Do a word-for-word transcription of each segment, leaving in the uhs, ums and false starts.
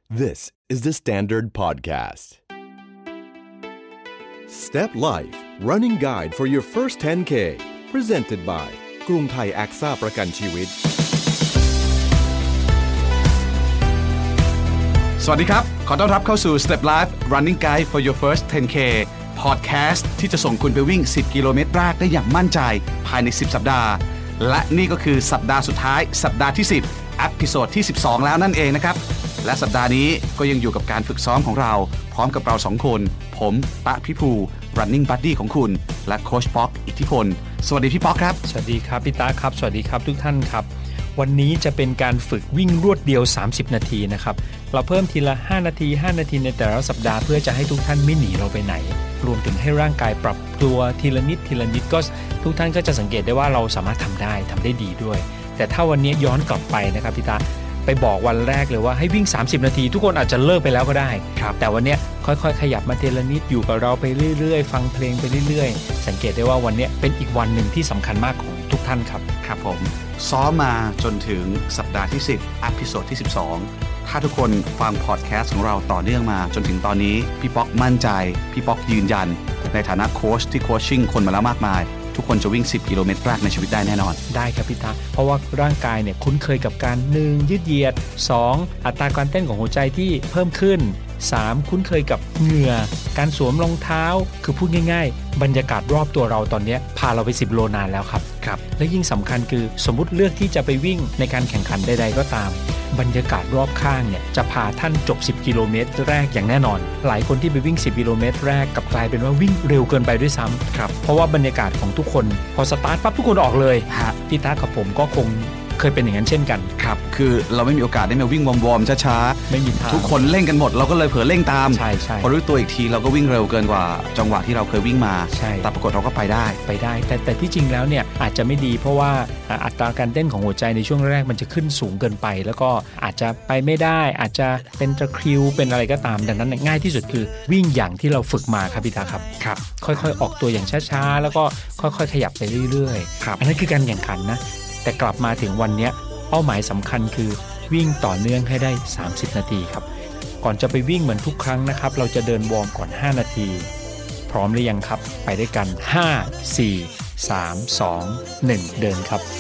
This is the Standard Podcast. Step Life Running Guide for your first เท็น เค Presented by กรุงไทย แอคซ่า ประกันชีวิตสวัสดีครับขอต้อนรับเข้าสู่ Step Life Running Guide for your first เท็น เค Podcast ที่จะส่งคุณไปวิ่งสิบกิโลเมตรแรกได้อย่างมั่นใจภายในสิบสัปดาห์และนี่ก็คือสัปดาห์สุดท้ายสัปดาห์ที่สิบเอพิโซดที่สิบสองแล้วนั่นเองนะครับและสัปดาห์นี้ก็ยังอยู่กับการฝึกซ้อมของเราพร้อมกับเราสองคนผมตะพิภู Running Buddy ของคุณและโค้ชป๊อกอิทธิพลสวัสดีพี่ป๊อกครับสวัสดีครับพี่ตาครับสวัสดีครับทุกท่านครับวันนี้จะเป็นการฝึกวิ่งรวดเดียวสามสิบนาทีนะครับเราเพิ่มทีละห้านาทีห้านาทีในแต่ละสัปดาห์เพื่อจะให้ทุกท่านไม่หนีเราไปไหนรวมถึงให้ร่างกายปรับตัวทีละนิดทีละนิดก็ทุกท่านก็จะสังเกตได้ว่าเราสามารถทำได้ทำได้ดีด้วยแต่ถ้าวันนี้ย้อนกลับไปนะครับพี่ตาไปบอกวันแรกเลยว่าให้วิ่งสามสิบนาทีทุกคนอาจจะเลิกไปแล้วก็ได้แต่วันนี้ค่อยๆขยับมาทีละนิดอยู่กับเราไปเรื่อยๆฟังเพลงไปเรื่อยๆสังเกตได้ว่าวันนี้เป็นอีกวันหนึ่งที่สำคัญมากของทุกท่านครับครับผมซ้อมมาจนถึงสัปดาห์ที่สิบเอพิโซดที่สิบสองถ้าทุกคนฟังพอดแคสต์ของเราต่อเนื่องมาจนถึงตอนนี้พี่ป๊อกมั่นใจพี่ป๊อกยืนยันในฐานะโค้ชที่โคชชิ่งคนมาแล้วมากมายทุกคนจะวิ่งสิบกิโลเมตรแรกในชีวิตได้แน่นอนได้ครับพี่ตาเพราะว่าร่างกายเนี่ยคุ้นเคยกับการหนึ่งยืดเหยียดสองอัตราการเต้นของหัวใจที่เพิ่มขึ้นสามคุ้นเคยกับเหงื่อการสวมรองเท้าคือพูดง่ายๆบรรยากาศรอบตัวเราตอนนี้พาเราไปสิบโลนานแล้วครับครับและยิ่งสำคัญคือสมมุติเลือกที่จะไปวิ่งในการแข่งขันใดๆก็ตามบรรยากาศรอบข้างเนี่ยจะพาท่านจบสิบกิโลเมตรแรกอย่างแน่นอนหลายคนที่ไปวิ่งสิบกิโลเมตรแรกกลับกลายเป็นว่าวิ่งเร็วเกินไปด้วยซ้ำครับเพราะว่าบรรยากาศของทุกคนพอสตาร์ทปั๊บทุกคนออกเลยฮะพี่ตากับผมก็คงเคยเป็นอย่างนั้นเช่นกันครับคือเราไม่มีโอกาสได้มาวิ่งวอร์มๆช้าๆไม่มีทางทุกคนเร่งกันหมดเราก็เลยเผลอเร่งตามใช่ๆพอรู้ตัวอีกทีเราก็วิ่งเร็วเกินกว่าจังหวะที่เราเคยวิ่งมาใช่แต่ปรากฏเราก็ไปได้ไปได้แต่แต่ที่จริงแล้วเนี่ยอาจจะไม่ดีเพราะว่าอัตราการเต้นของหัวใจในช่วงแรกมันจะขึ้นสูงเกินไปแล้วก็อาจจะไปไม่ได้อาจจะเป็นตะคริวเป็นอะไรก็ตามดังนั้นง่ายที่สุดคือวิ่งอย่างที่เราฝึกมาครับพี่ตาครับครับค่อยๆออกตัวอย่างช้าๆแล้วก็ค่อยๆขยับไปเรื่อยๆอันนั้นคือการแข่งขันนะแต่กลับมาถึงวันนี้เป้าหมายสำคัญคือวิ่งต่อเนื่องให้ได้สามสิบนาทีครับก่อนจะไปวิ่งเหมือนทุกครั้งนะครับเราจะเดินวอร์มก่อนห้านาทีพร้อมหรือยังครับไปด้วยกันห้า สี่ สาม สอง หนึ่งเดินครับ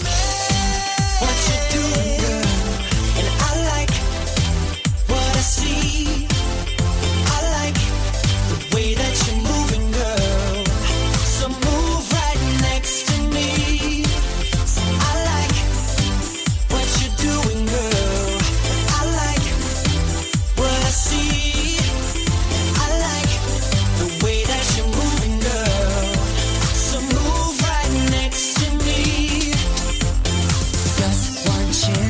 Just one chance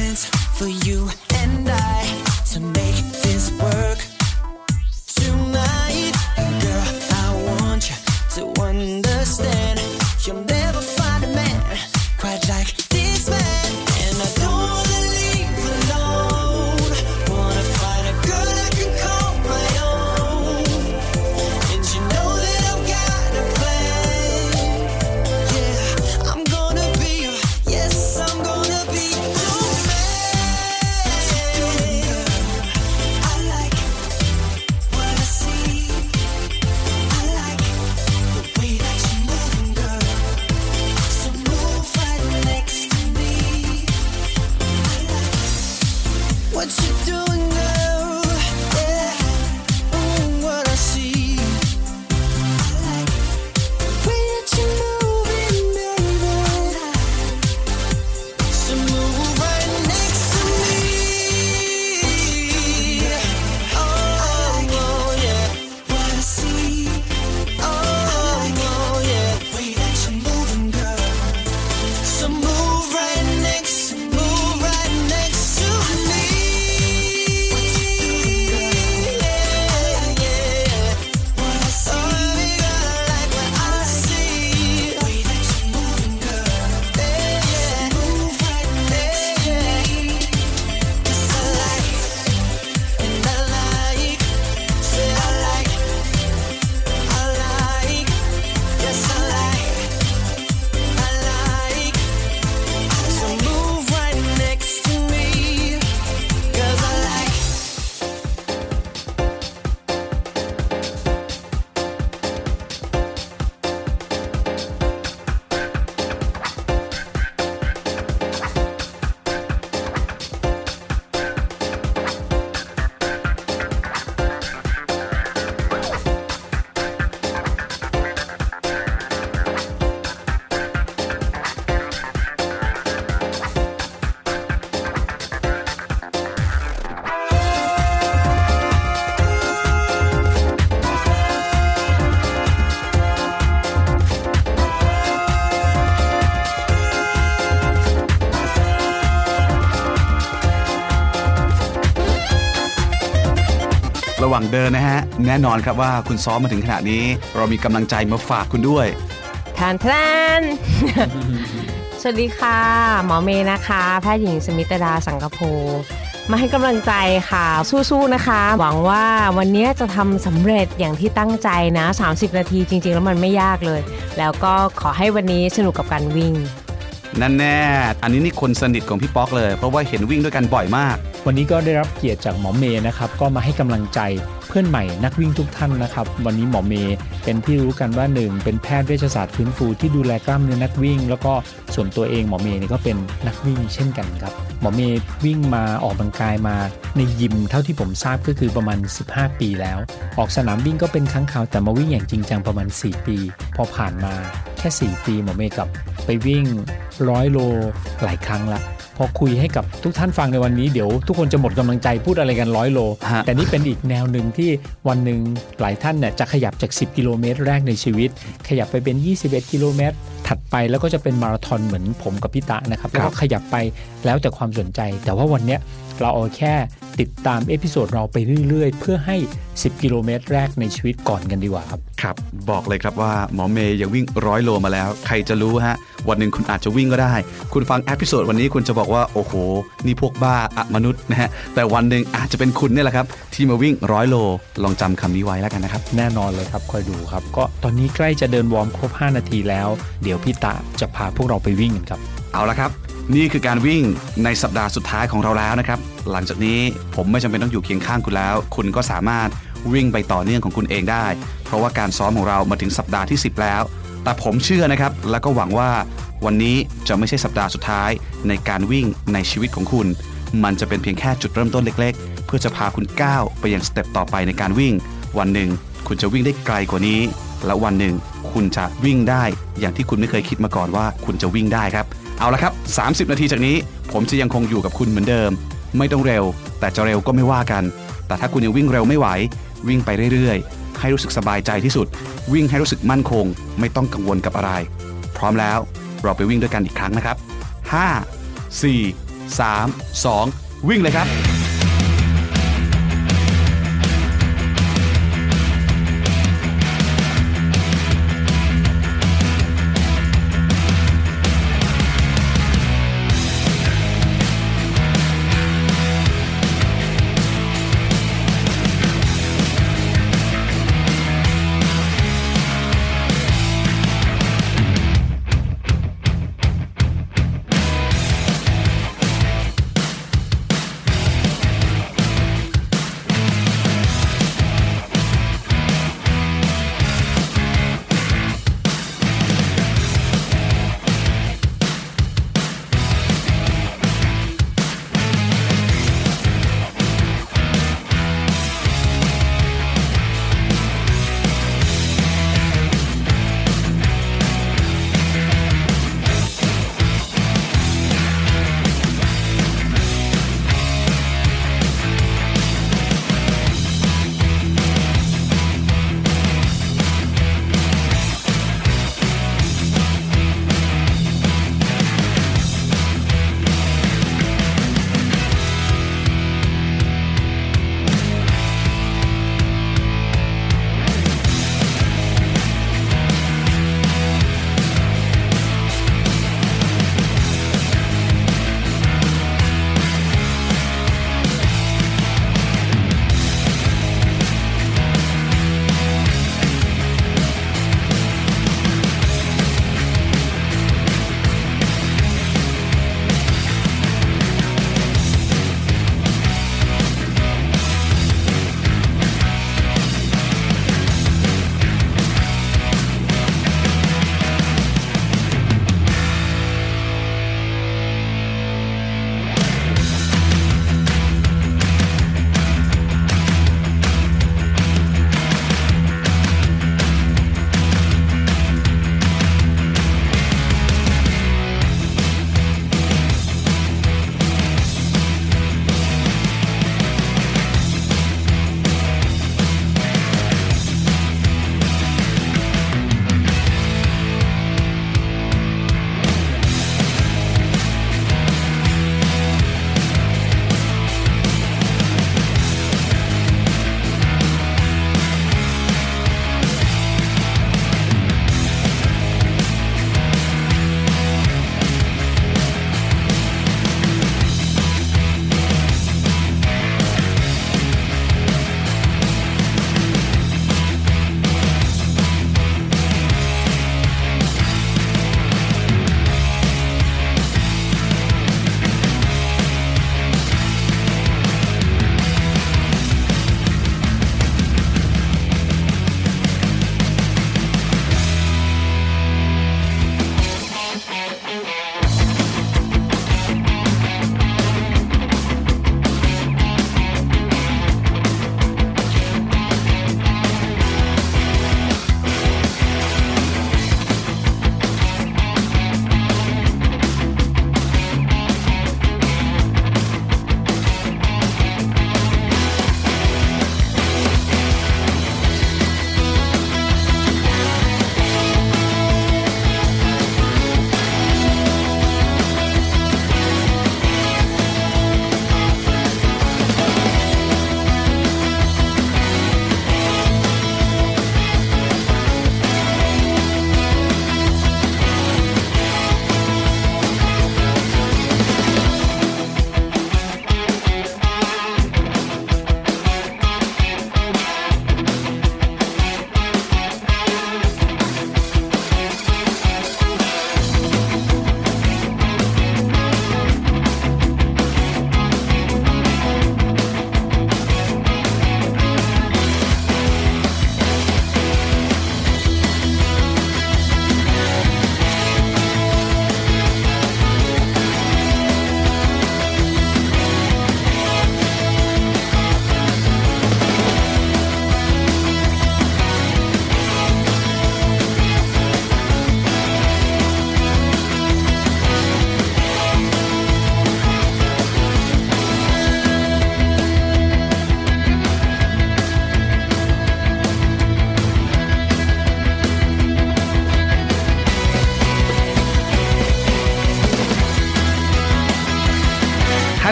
ระหว่างเดินนะฮะแน่นอนครับว่าคุณซ้อมมาถึงขนาดนี้เรามีกำลังใจมาฝากคุณด้วยแทนแทน สวัสดีค่ะหมอเมย์นะคะแพทย์หญิงสมิตดาสังกโพมาให้กำลังใจค่ะสู้ๆนะคะหวังว่าวันนี้จะทำสำเร็จอย่างที่ตั้งใจนะสามสิบนาทีจริงๆแล้วมันไม่ยากเลยแล้วก็ขอให้วันนี้สนุกกับการวิ่งนั่นแน่อันนี้นี่คนสนิทของพี่ป๊อกเลยเพราะว่าเห็นวิ่งด้วยกันบ่อยมากวันนี้ก็ได้รับเกียรติจากหมอเมย์นะครับก็มาให้กำลังใจเพื่อนใหม่นักวิ่งทุกท่านนะครับวันนี้หมอเมย์เป็นที่รู้กันว่าหนึ่งเป็นแพทย์เวชศาสตร์ฟื้นฟูที่ดูแลกล้ามเนื้อนักวิ่งแล้วก็ส่วนตัวเองหมอเมย์นี่ก็เป็นนักวิ่งเช่นกันครับหมอเมย์วิ่งมาออกกำลังกายมาในยิมเท่าที่ผมทราบก็คือประมาณสิบห้าปีแล้วออกสนามวิ่งก็เป็นครั้งคราวแต่มาวิ่งอย่างจริงจังประมาณสี่ปีพอผ่านมาแค่สี่ปีหมอเมย์กลับไปวิ่งร้อยโลหลายครั้งละพอคุยให้กับทุกท่านฟังในวันนี้เดี๋ยวทุกคนจะหมดกำลังใจพูดอะไรกันร้อยโลแต่นี่เป็นอีกแนวหนึ่งที่วันหนึ่งหลายท่านเนี่ยจะขยับจากสิบกิโลเมตรแรกในชีวิตขยับไปเป็นยี่สิบเอ็ดกิโลเมตรถัดไปแล้วก็จะเป็นมาราธอนเหมือนผมกับพี่ตะนะครับแล้วก็ขยับไปแล้วแต่ความสนใจแต่ว่าวันนี้เราเอาแค่ติดตามเอพิโซดเราไปเรื่อยๆเพื่อให้สิบกิโลเมตรแรกในชีวิตก่อนกันดีกว่าครับครับบอกเลยครับว่าหมอเมย์ยังวิ่งร้อยโลมาแล้วใครจะรู้ฮะวันหนึ่งคุณอาจจะวิ่งก็ได้คุณฟังเอพิโซดวันนี้คุณจะบอกว่าโอ้โหนี่พวกบ้าอมนุษย์นะฮะแต่วันหนึ่งอาจจะเป็นคุณนี่แหละครับที่มาวิ่งร้อยโลลองจำคำนี้ไว้แล้วกันนะครับแน่นอนเลยครับคอยดูครับก็ตอนนี้ใกล้จะเดินวอร์มครบห้านาทีแล้วเดี๋ยวพี่ตะจะพาพวกเราไปวิ่งกันครับเอาละครับนี่คือการวิ่งในสัปดาห์สุดท้ายของเราแล้วนะครับหลังจากนี้ผมไม่จำเป็นต้องอยู่เคียงข้างคุณแล้วคุณก็สามารถวิ่งไปต่อเนื่องของคุณเองได้เพราะว่าการซ้อมของเรามาถึงสัปดาห์ที่สิบแล้วแต่ผมเชื่อนะครับแล้วก็หวังว่าวันนี้จะไม่ใช่สัปดาห์สุดท้ายในการวิ่งในชีวิตของคุณมันจะเป็นเพียงแค่จุดเริ่มต้นเล็กๆเพื่อจะพาคุณก้าวไปยังสเต็ปต่อไปในการวิ่งวันหนึ่งคุณจะวิ่งได้ไกลกว่านี้และวันหนึ่งคุณจะวิ่งได้อย่างที่คุณไม่เคยคิดมาก่อนว่าคุณจะวิ่งได้ครับเอาละครับสามสิบนาทีจากนี้ผมจะยังคงอยู่กับคุณเหมือนเดิมไม่ต้องเร็วแต่จะเร็วก็ไม่ว่ากันแต่ถ้าคุณยังวิ่งเร็วไม่ไหววิ่งไปเรื่อยๆให้รู้สึกสบายใจที่สุดวิ่งให้รู้สึกมั่นคงไม่ต้องกังวลกับอะไรพร้อมแล้วเราไปวิ่งด้วยกันอีกครั้งนะครับห้า สี่ สาม สองวิ่งเลยครับ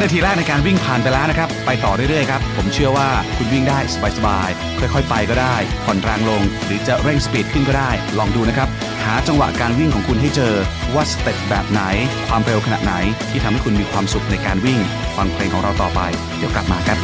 นาทีแรกในการวิ่งผ่านไปแล้วนะครับไปต่อเรื่อยๆครับผมเชื่อว่าคุณวิ่งได้สบายๆค่อยๆไปก็ได้ผ่อนแรงลงหรือจะเร่งสปีดขึ้นก็ได้ลองดูนะครับหาจังหวะการวิ่งของคุณให้เจอว่าสเต็ปแบบไหนความเร็วขนาดไหนที่ทำให้คุณมีความสุขในการวิ่งฟังเพลงของเราต่อไปเดี๋ยวกลับมาครับ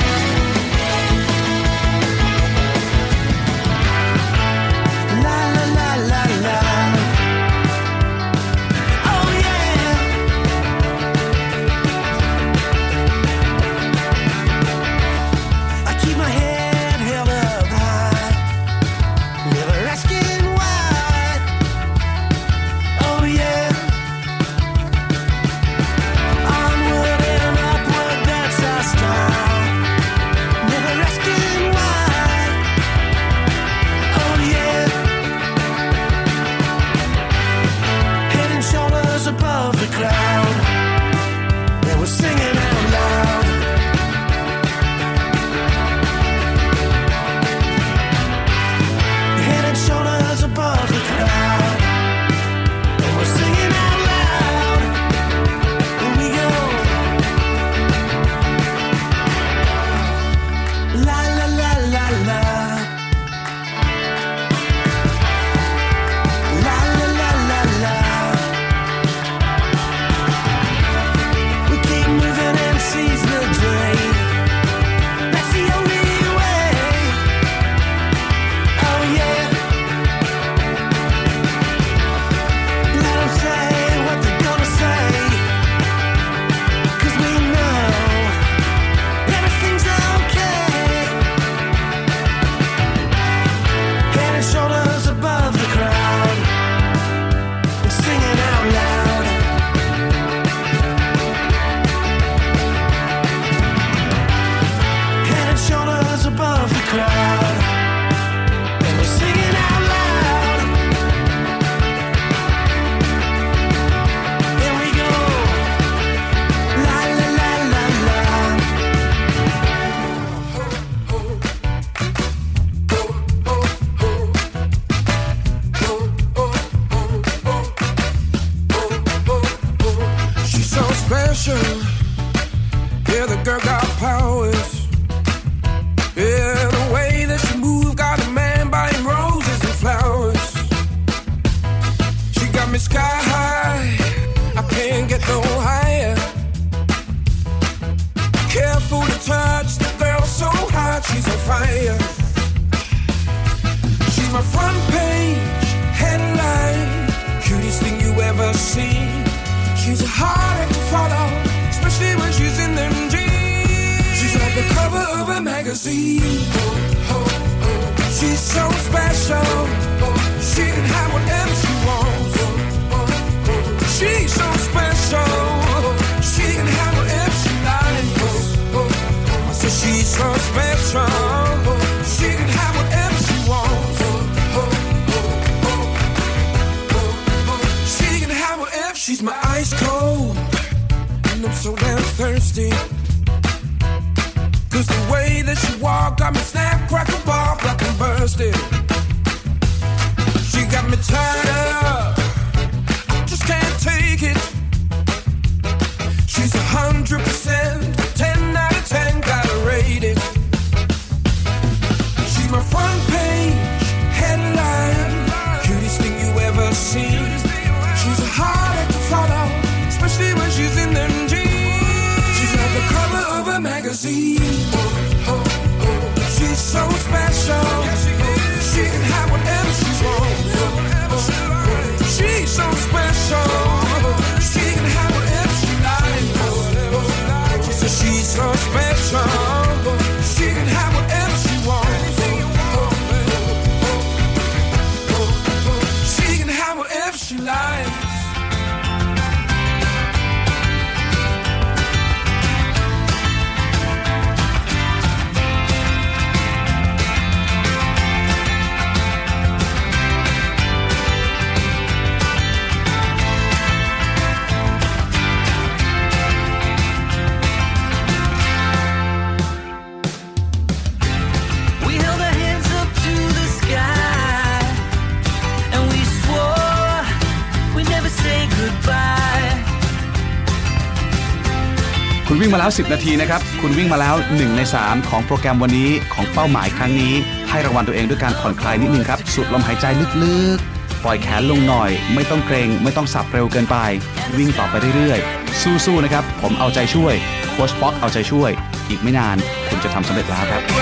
วิ่งมาแล้วสิบนาทีนะครับคุณวิ่งมาแล้วหนึ่งในสามของโปรแกรมวันนี้ของเป้าหมายครั้งนี้ให้รางวัลตัวเองด้วยการผ่อนคลายนิดนึงครับสูดลมหายใจลึกๆปล่อยแขนลงหน่อยไม่ต้องเกรงไม่ต้องสับเร็วเกินไปวิ่งต่อไปเรื่อยๆสู้ๆนะครับผมเอาใจช่วยโค้ชป๊อกเอาใจช่วยอีกไม่นานคุณจะทำสำเร็จแล้วครับ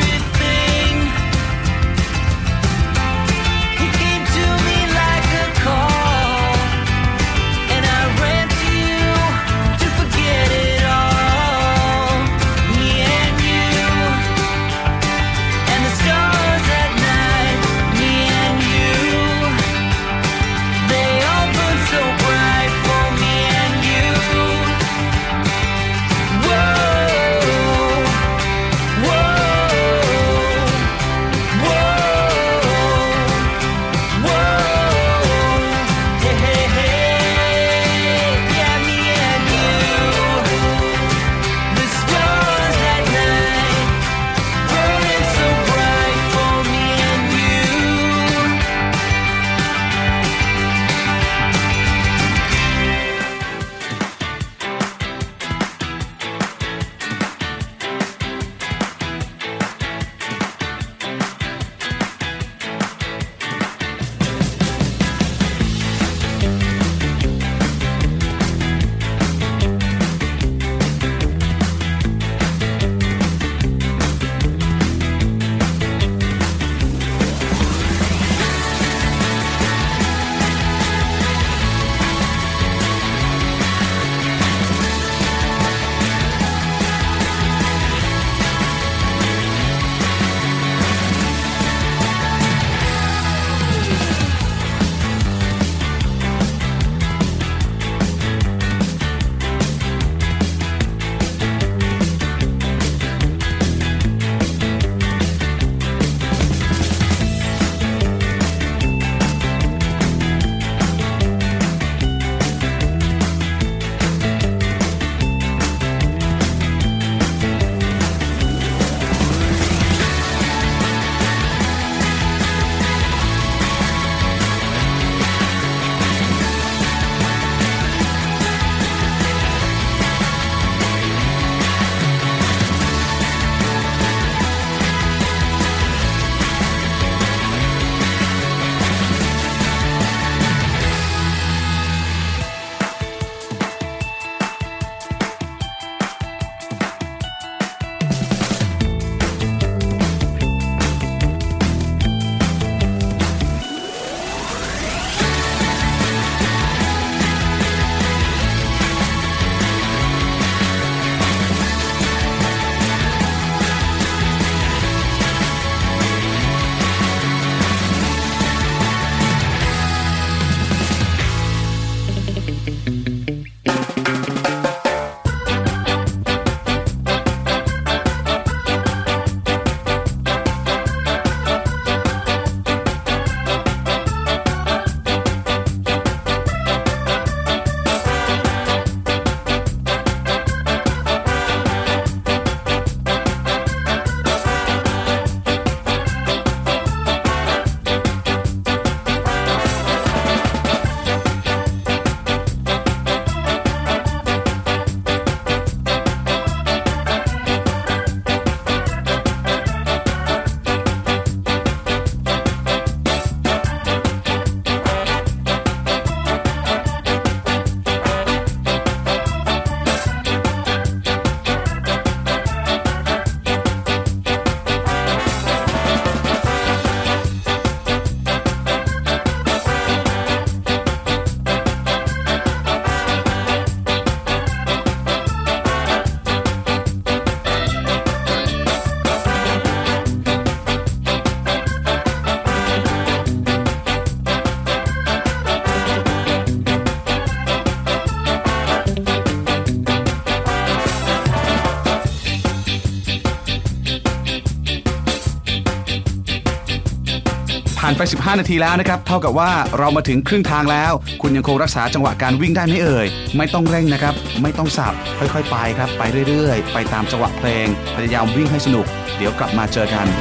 He came to me like a call. ผ่านไปสิบห้านาทีแล้วนะครับเท่ากับว่าเรามาถึงครึ่งทางแล้วคุณยังคงรักษาจังหวะการวิ่งได้ไหมเอ่ยไม่ต้องเร่งนะครับไม่ต้องสับค่อยๆไปครับไปเรื่อยๆไปตามจังหวะเพลงพยายามวิ่งให้สนุกเดี๋ยวกลับมาเจอกัน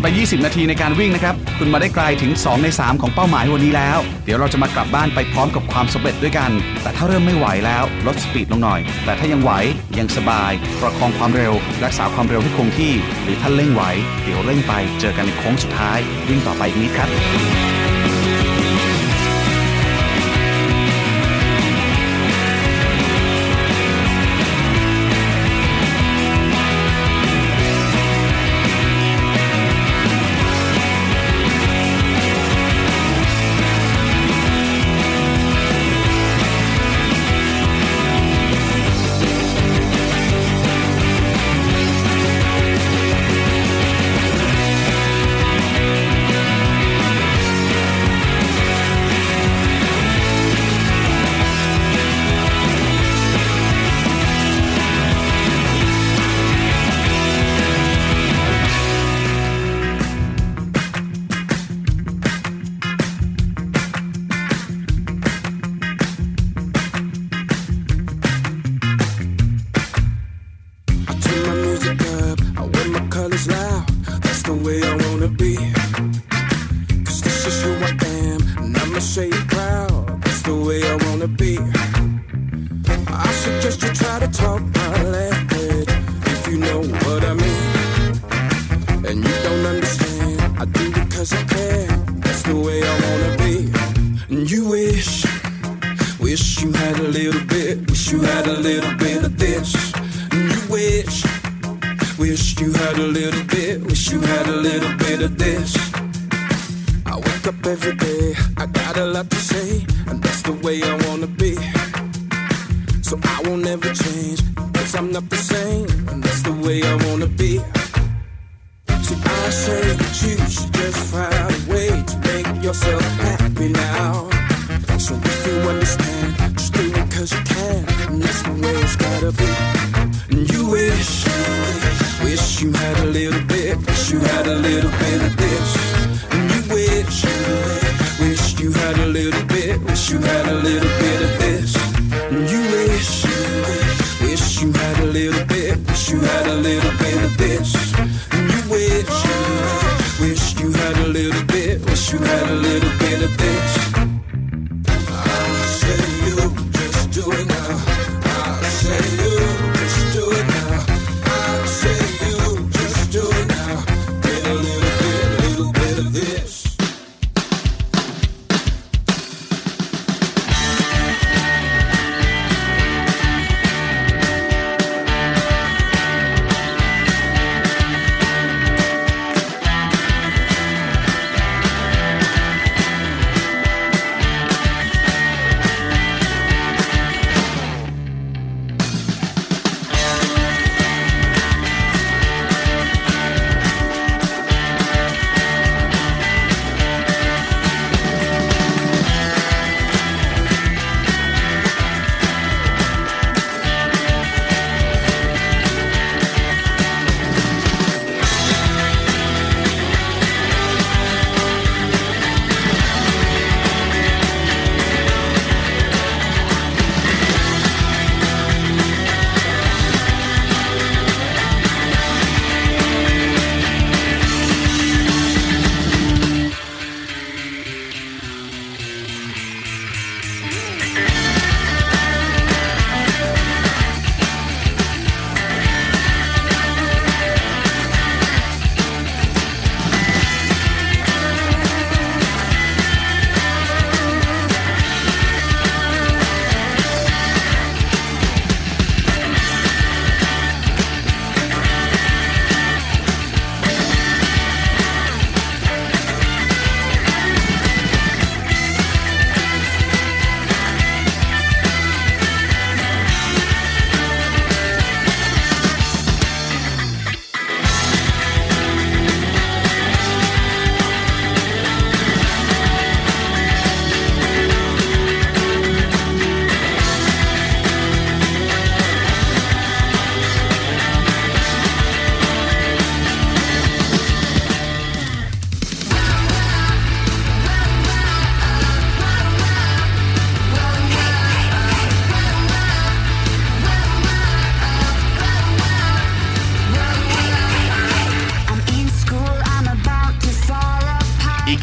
ไปยี่สิบนาทีในการวิ่งนะครับคุณมาได้ไกลถึงสองในสามของเป้าหมายวันนี้แล้วเดี๋ยวเราจะมากลับบ้านไปพร้อมกับความสำเร็จด้วยกันแต่ถ้าเริ่มไม่ไหวแล้วลดสปีดลงหน่อยแต่ถ้ายังไหวยังสบายประคองความเร็วรักษาความเร็วให้คงที่หรือถ้าเร่งไหวเดี๋ยวเร่งไปเจอกันในโค้งสุดท้ายวิ่งต่อไปอีกนิดครับ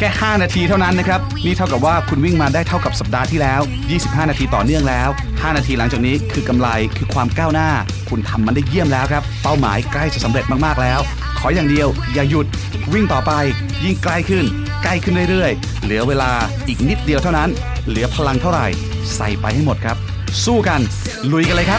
ค่ห้านาทีเท่านั้นนะครับนี่เท่ากับว่าคุณวิ่งมาได้เท่ากับสัปดาห์ที่แล้วยี่สิบห้านาทีต่อเนื่องแล้วห้านาทีหลังจากนี้คือกำไรคือความก้าวหน้าคุณทำมันได้เยี่ยมแล้วครับเป้าหมายใกล้จะสำเร็จมากๆแล้วขออย่างเดียวอย่าหยุดวิ่งต่อไปยิ่งใกล้ขึ้นใกล้ขึ้นเรื่อยๆเหลือเวลาอีกนิดเดียวเท่านั้นเหลือพลังเท่าไหร่ใส่ไปให้หมดครับสู้กันลุยกันเลยครับ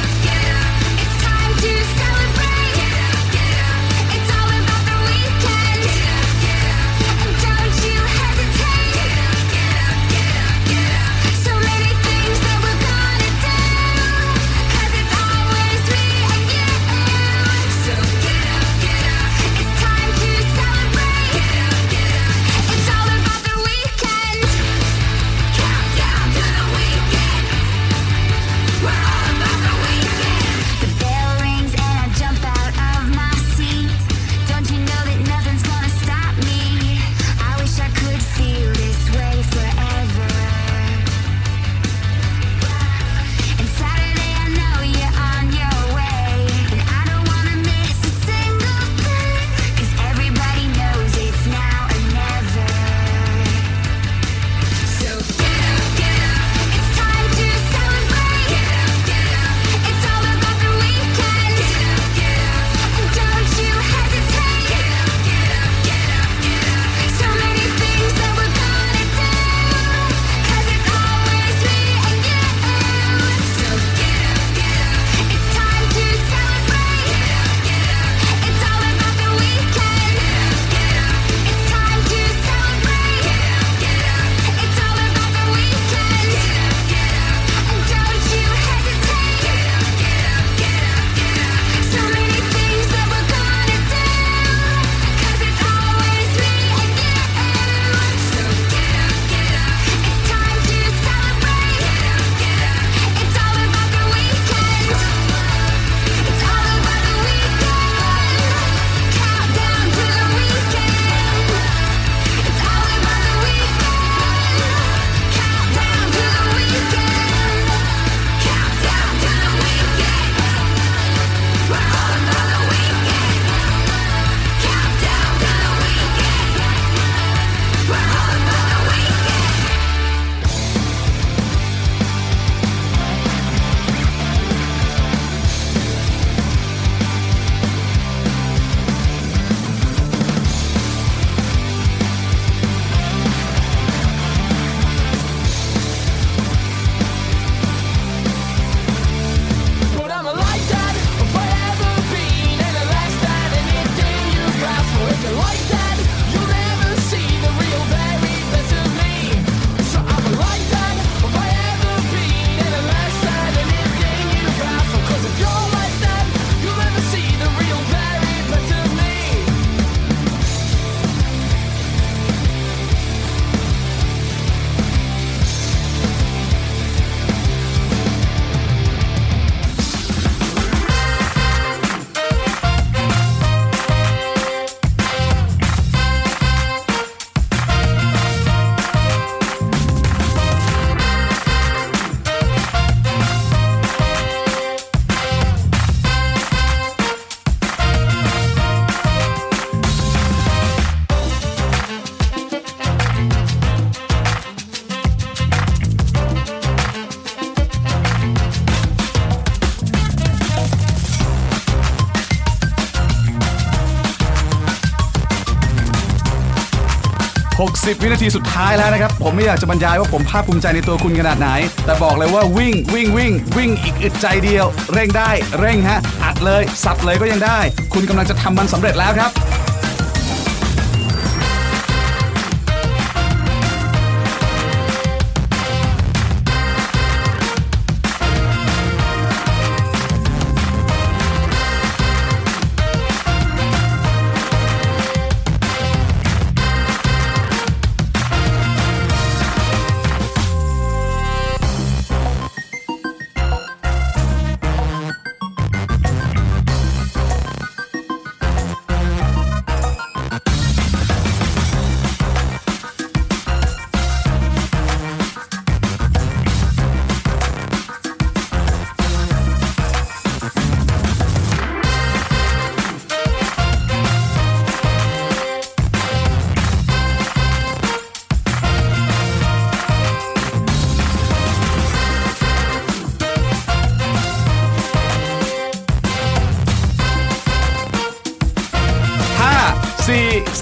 หกสิบวินาทีสุดท้ายแล้วนะครับผมไม่อยากจะบรรยายว่าผมภาคภูมิใจในตัวคุณขนาดไหนแต่บอกเลยว่าวิ่งวิ่งวิ่งวิ่งอีกอึดใจเดียวเร่งได้เร่งฮะอัดเลยสับเลยก็ยังได้คุณกำลังจะทำมันสำเร็จแล้วครับ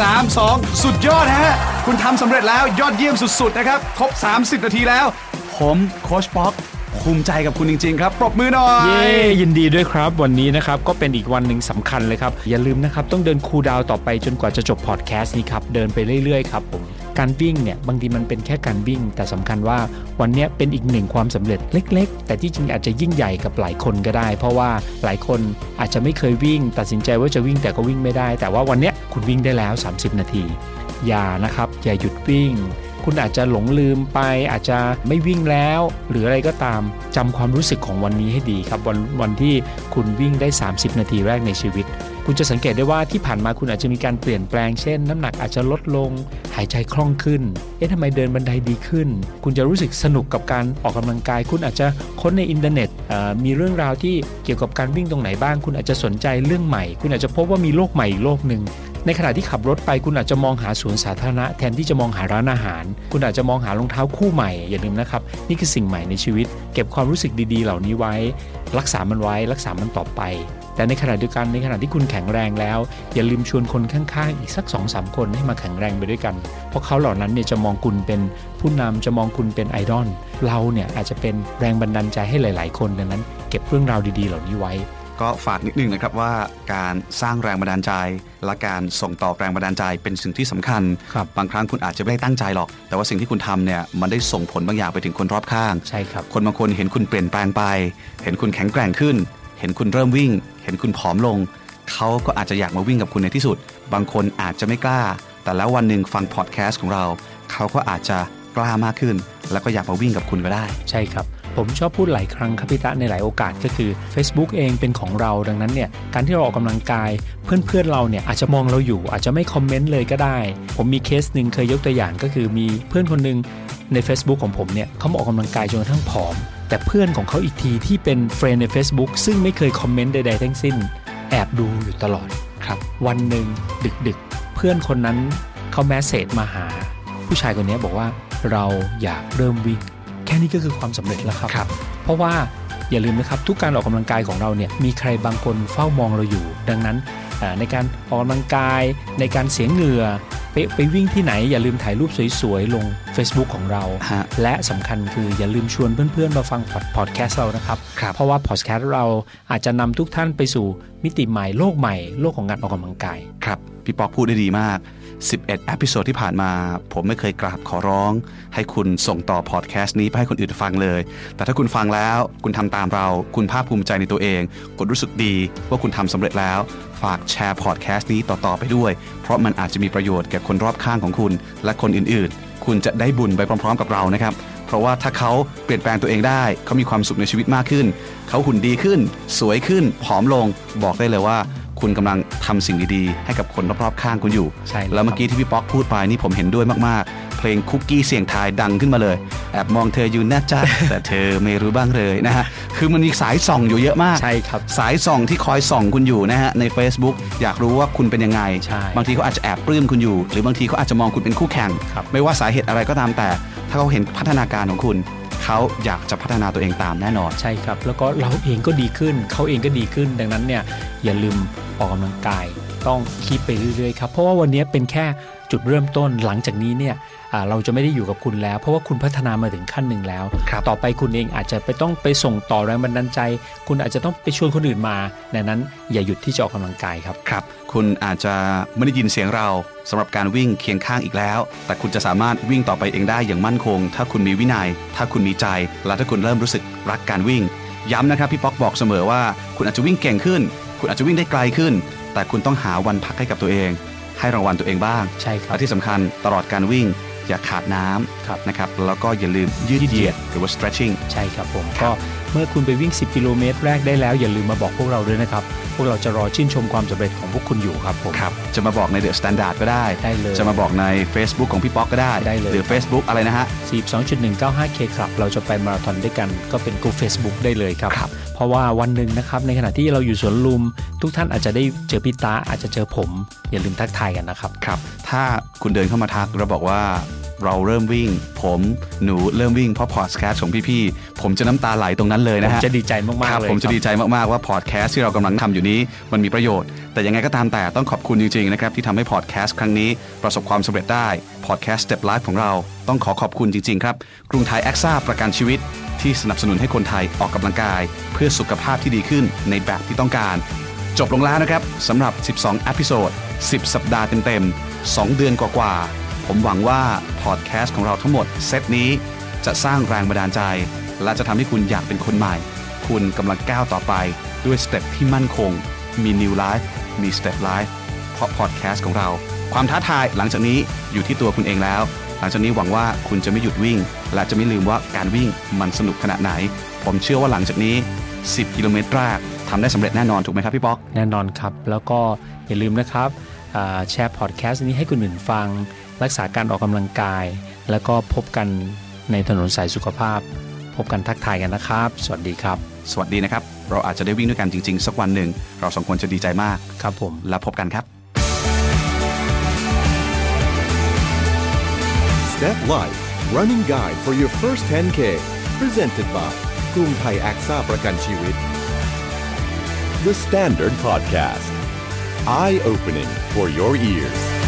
สาม สองสุดยอดฮะคุณทำสำเร็จแล้วยอดเยี่ยมสุดๆนะครับครบสามสิบนาทีแล้วผมโค้ชป๊อกภูมิใจกับคุณจริงๆครับปรบมือหน่อยเย้ยินดีด้วยครับวันนี้นะครับก็เป็นอีกวันหนึ่งสำคัญเลยครับอย่าลืมนะครับต้องเดินคูลดาวน์ต่อไปจนกว่าจะจบพอดแคสต์นี้ครับเดินไปเรื่อยๆครับผมการวิ่งเนี่ยบางทีมันเป็นแค่การวิ่งแต่สำคัญว่าวันนี้เป็นอีกหนึ่งความสำเร็จเล็กๆแต่ที่จริงอาจจะยิ่งใหญ่กับหลายคนก็ได้เพราะว่าหลายคนอาจจะไม่เคยวิ่งตัดสินใจว่าจะวิ่งแต่ก็วิ่งไม่ได้แต่ว่าวันนี้คุณวิ่งได้แล้วสามสิบนาทีอย่านะครับอย่าหยุดวิ่งคุณอาจจะหลงลืมไปอาจจะไม่วิ่งแล้วหรืออะไรก็ตามจำความรู้สึกของวันนี้ให้ดีครับวันวันที่คุณวิ่งได้สามสิบนาทีแรกในชีวิตคุณจะสังเกตได้ว่าที่ผ่านมาคุณอาจจะมีการเปลี่ยนแปลงเช่นน้ำหนักอาจจะลดลงหายใจคล่องขึ้นเอ๊ะทำไมเดินบันไดดีขึ้นคุณจะรู้สึกสนุกกับการออกกำลังกายคุณอาจจะค้นในอินเทอร์เน็ตมีเรื่องราวที่เกี่ยวกับการวิ่งตรงไหนบ้างคุณอาจจะสนใจเรื่องใหม่คุณอาจจะพบว่ามีโลกใหม่อีกโลกนึงในขณะที่ขับรถไปคุณอาจจะมองหาสวนสาธารณะแทนที่จะมองหาร้านอาหารคุณอาจจะมองหารองเท้าคู่ใหม่อย่าลืมนะครับนี่คือสิ่งใหม่ในชีวิตเก็บความรู้สึกดีๆเหล่านี้ไว้รักษามันไว้รักษามันต่อไปแต่ในขณะเดียวกันในขณะที่คุณแข็งแรงแล้วอย่าลืมชวนคนข้างๆอีกสัก สองสาม คนให้มาแข็งแรงไปด้วยกันเพราะเขาเหล่านั้นเนี่ยจะมองคุณเป็นผู้นำจะมองคุณเป็นไอดอลเราเนี่ยอาจจะเป็นแรงบันดาลใจให้หลายๆคนดังนั้นเก็บเรื่องราวดีๆเหล่านี้ไว้ก็ฝากนิดนึงนะครับว่าการสร้างแรงบันดาลใจและการส่งต่อแรงบันดาลใจเป็นสิ่งที่สำคัญบางครั้งคุณอาจจะไม่ได้ตั้งใจหรอกแต่ว่าสิ่งที่คุณทำเนี่ยมันได้ส่งผลบางอย่างไปถึงคนรอบข้างใช่ครับคนบางคนเห็นคุณเปลี่ยนแปลงไปเห็นคุณแข็งแกร่งขึ้นเห็นคุณเริ่มวิ่งเห็นคุณผอมลงเขาก็อาจจะอยากมาวิ่งกับคุณในที่สุดบางคนอาจจะไม่กล้าแต่แล้ววันหนึ่งฟังพอดแคสต์ของเราเขาก็อาจจะกล้ามากขึ้นแล้วก็อยากมาวิ่งกับคุณก็ได้ใช่ครับผมชอบพูดหลายครั้งครับพี่ตะในหลายโอกาสก็คือ Facebook เองเป็นของเราดังนั้นเนี่ยการที่เราออกกำลังกายเพื่อนๆเราเนี่ยอาจจะมองเราอยู่อาจจะไม่คอมเมนต์เลยก็ได้ผมมีเคสหนึ่งเคยยกตัวอย่างก็คือมีเพื่อนคนนึงใน Facebook ของผมเนี่ยเขามาออกกำลังกายจนกระทั่งผอมแต่เพื่อนของเขาอีกทีที่เป็นเฟรนด์ใน Facebook ซึ่งไม่เคยคอมเมนต์ใดๆทั้งสิ้นแอบดูอยู่ตลอดครับวันหนึ่งดึกๆเพื่อนคนนั้นเขาแมสเสจมาหาผู้ชายคนนี้บอกว่าเราอยากเริ่มวิ่งแค่นี้ก็คือความสำเร็จแล้วครับ เพราะว่าอย่าลืมนะครับทุกการออกกำลังกายของเราเนี่ยมีใครบางคนเฝ้ามองเราอยู่ดังนั้นในการออกกำลังกายในการเสียเหงื่อไปไปวิ่งที่ไหนอย่าลืมถ่ายรูปสวยๆลง Facebook ของเราและสำคัญคืออย่าลืมชวนเพื่อนๆมาฟังพอดแคสต์เรานะครับเพราะว่าพอดแคสต์เราอาจจะนำทุกท่านไปสู่มิติใหม่โลกใหม่โลกของการออกกำลังกายครับพี่ป๊อกพูดได้ดีมากสิบเอ็ดเอพิโซดที่ผ่านมาผมไม่เคยกราบขอร้องให้คุณส่งต่อพอดแคสต์นี้ไปให้คนอื่นฟังเลยแต่ถ้าคุณฟังแล้วคุณทำตามเราคุณภาคภูมิใจในตัวเองคุณรู้สึกดีว่าคุณทำสำเร็จแล้วฝากแชร์พอดแคสต์นี้ต่อๆไปด้วยเพราะมันอาจจะมีประโยชน์แก่คนรอบข้างของคุณและคนอื่นๆคุณจะได้บุญไปพร้อมๆกับเรานะครับเพราะว่าถ้าเขาเปลี่ยนแปลงตัวเองได้เขามีความสุขในชีวิตมากขึ้นเขาหุ่นดีขึ้นสวยขึ้นผอมลงบอกได้เลยว่าคุณกำลังทำสิ่งดีๆให้กับคนรอบๆข้างคุณอยู่แล้วเมื่อกี้ที่พี่ป๊อกพูดไปนี่ผมเห็นด้วยมากๆเพลงคุกกี้เสียงทายดังขึ้นมาเลยแอบมองเธออยู่น่าจะ แต่เธอไม่รู้บ้างเลยนะฮะคือมันมีสายส่องอยู่เยอะมากใช่ครับสายส่องที่คอยส่องคุณอยู่นะฮะใน Facebook อยากรู้ว่าคุณเป็นยังไงบางทีเขาอาจจะแอบปลื้มคุณอยู่หรือบางทีเขาอาจจะมองคุณเป็นคู่แข่งไม่ว่าสาเหตุอะไรก็ตามแต่ถ้าเขาเห็นพัฒนาการของคุณเขาอยากจะพัฒนาตัวเองตามแน่นอนใช่ครับแล้วก็เราเองก็ดีขึ้นเขาเองก็ดีขึ้นดังนั้นเนี่ยอย่าลืมออกกำลังกายต้องคีปไปเรื่อยๆครับเพราะว่าวันนี้เป็นแค่จุดเริ่มต้นหลังจากนี้เนี่ยเราจะไม่ได้อยู่กับคุณแล้วเพราะว่าคุณพัฒนามาถึงขั้นหนึ่งแล้วต่อไปคุณเองอาจจะไปต้องไปส่งต่อแรงบันดาลใจคุณอาจจะต้องไปชวนคนอื่นมาดังนั้นอย่าหยุดที่จะออกกำลังกายครับครับคุณอาจจะไม่ได้ยินเสียงเราสำหรับการวิ่งเคียงข้างอีกแล้วแต่คุณจะสามารถวิ่งต่อไปเองได้อย่างมั่นคงถ้าคุณมีวินัยถ้าคุณมีใจและถ้าคุณเริ่มรู้สึกรักการวิ่งย้ำนะครับพี่ป๊อกบอกเสมอว่าคุณอาจจะวิ่งเก่งขึ้นคุณอาจจะวิ่งได้ไกลขึ้นแต่คุณต้องหาวันพักให้กับตัวเองให้รางวัลตัวเองบ้างใช่ครับและที่สำคัญตลอดการวิ่งอย่าขาดน้ำนะครับแล้วก็อย่าลืมยืดเหยียดหรือว่า stretching ใช่ครับผมก็เมื่อคุณไปวิ่งสิบกิโลเมตรแรกได้แล้วอย่าลืมมาบอกพวกเราด้วยนะครับพวกเราจะรอชื่นชมความสำเร็จของพวกคุณอยู่ครับผมครับจะมาบอกใน The Standard ก็ได้ได้เลยจะมาบอกใน Facebook ของพี่ป๊อกก็ได้ได้เลยหรือ Facebook อะไรนะฮะสี่สิบสองจุดหนึ่งเก้าห้าเค ครับเราจะไปมาราธอนด้วยกันก็เป็นกลุ่ม Facebook ได้เลยครับพราะว่าวันหนึ่งนะครับในขณะที่เราอยู่สวนลุมทุกท่านอาจจะได้เจอพี่ตาอาจจะเจอผมอย่าลืมทักทายกันนะครับครับถ้าคุณเดินเข้ามาทักเราบอกว่าเราเริ่มวิ่งผมหนูเริ่มวิ่งเพราะพอดแคสต์ของพี่ๆผมจะน้ำตาไหลตรงนั้นเลยนะฮะผมจะดีใจมากๆเลยผมจะดีใจมากๆว่าพอดแคสต์ที่เรากำลังทำอยู่นี้มันมีประโยชน์แต่ยังไงก็ตามแต่ต้องขอบคุณจริงๆนะครับที่ทำให้พอดแคสต์ครั้งนี้ประสบความสำเร็จได้พอดแคสต์ Step Life ของเราต้องขอขอบคุณจริงๆครับกรุงไทยแอคซ่าประกันชีวิตที่สนับสนุนให้คนไทยออกกำลังกายเพื่อสุขภาพที่ดีขึ้นในแบบที่ต้องการจบลงแล้วนะครับสำหรับสิบสองเอพิโซดสิบสัปดาห์เต็มๆสองเดือนกว่าๆผมหวังว่าพอดแคสต์ของเราทั้งหมดเซตนี้จะสร้างแรงบันดาลใจและจะทำให้คุณอยากเป็นคนใหม่คุณกำลังก้าวต่อไปด้วยสเต็ปที่มั่นคงมี New Life มี Step Life เพราะพอดแคสต์ของเราความท้าทายหลังจากนี้อยู่ที่ตัวคุณเองแล้วหลังจากนี้หวังว่าคุณจะไม่หยุดวิ่งและจะไม่ลืมว่าการวิ่งมันสนุกขนาดไหนผมเชื่อว่าหลังจากนี้สิบกิโลเมตรแรกทำได้สำเร็จแน่นอนถูกไหมครับพี่ป๊อกแน่นอนครับแล้วก็อย่าลืมนะครับแชร์พอดแคสต์นี้ให้คนอื่นฟังรักษาการออกกำลังกายแล้วก็พบกันในถนนสายสุขภาพพบกันทักทายกันนะครับสวัสดีครับสวัสดีนะครับเราอาจจะได้วิ่งด้วยกันจริงๆสักวันหนึ่งเราสองคนจะดีใจมากครับผมแล้วพบกันครับ Step Life Running Guide for your first 10 K Presented by กรุงไทยแอคซ่าประกันชีวิต The Standard Podcast Eye Opening for your ears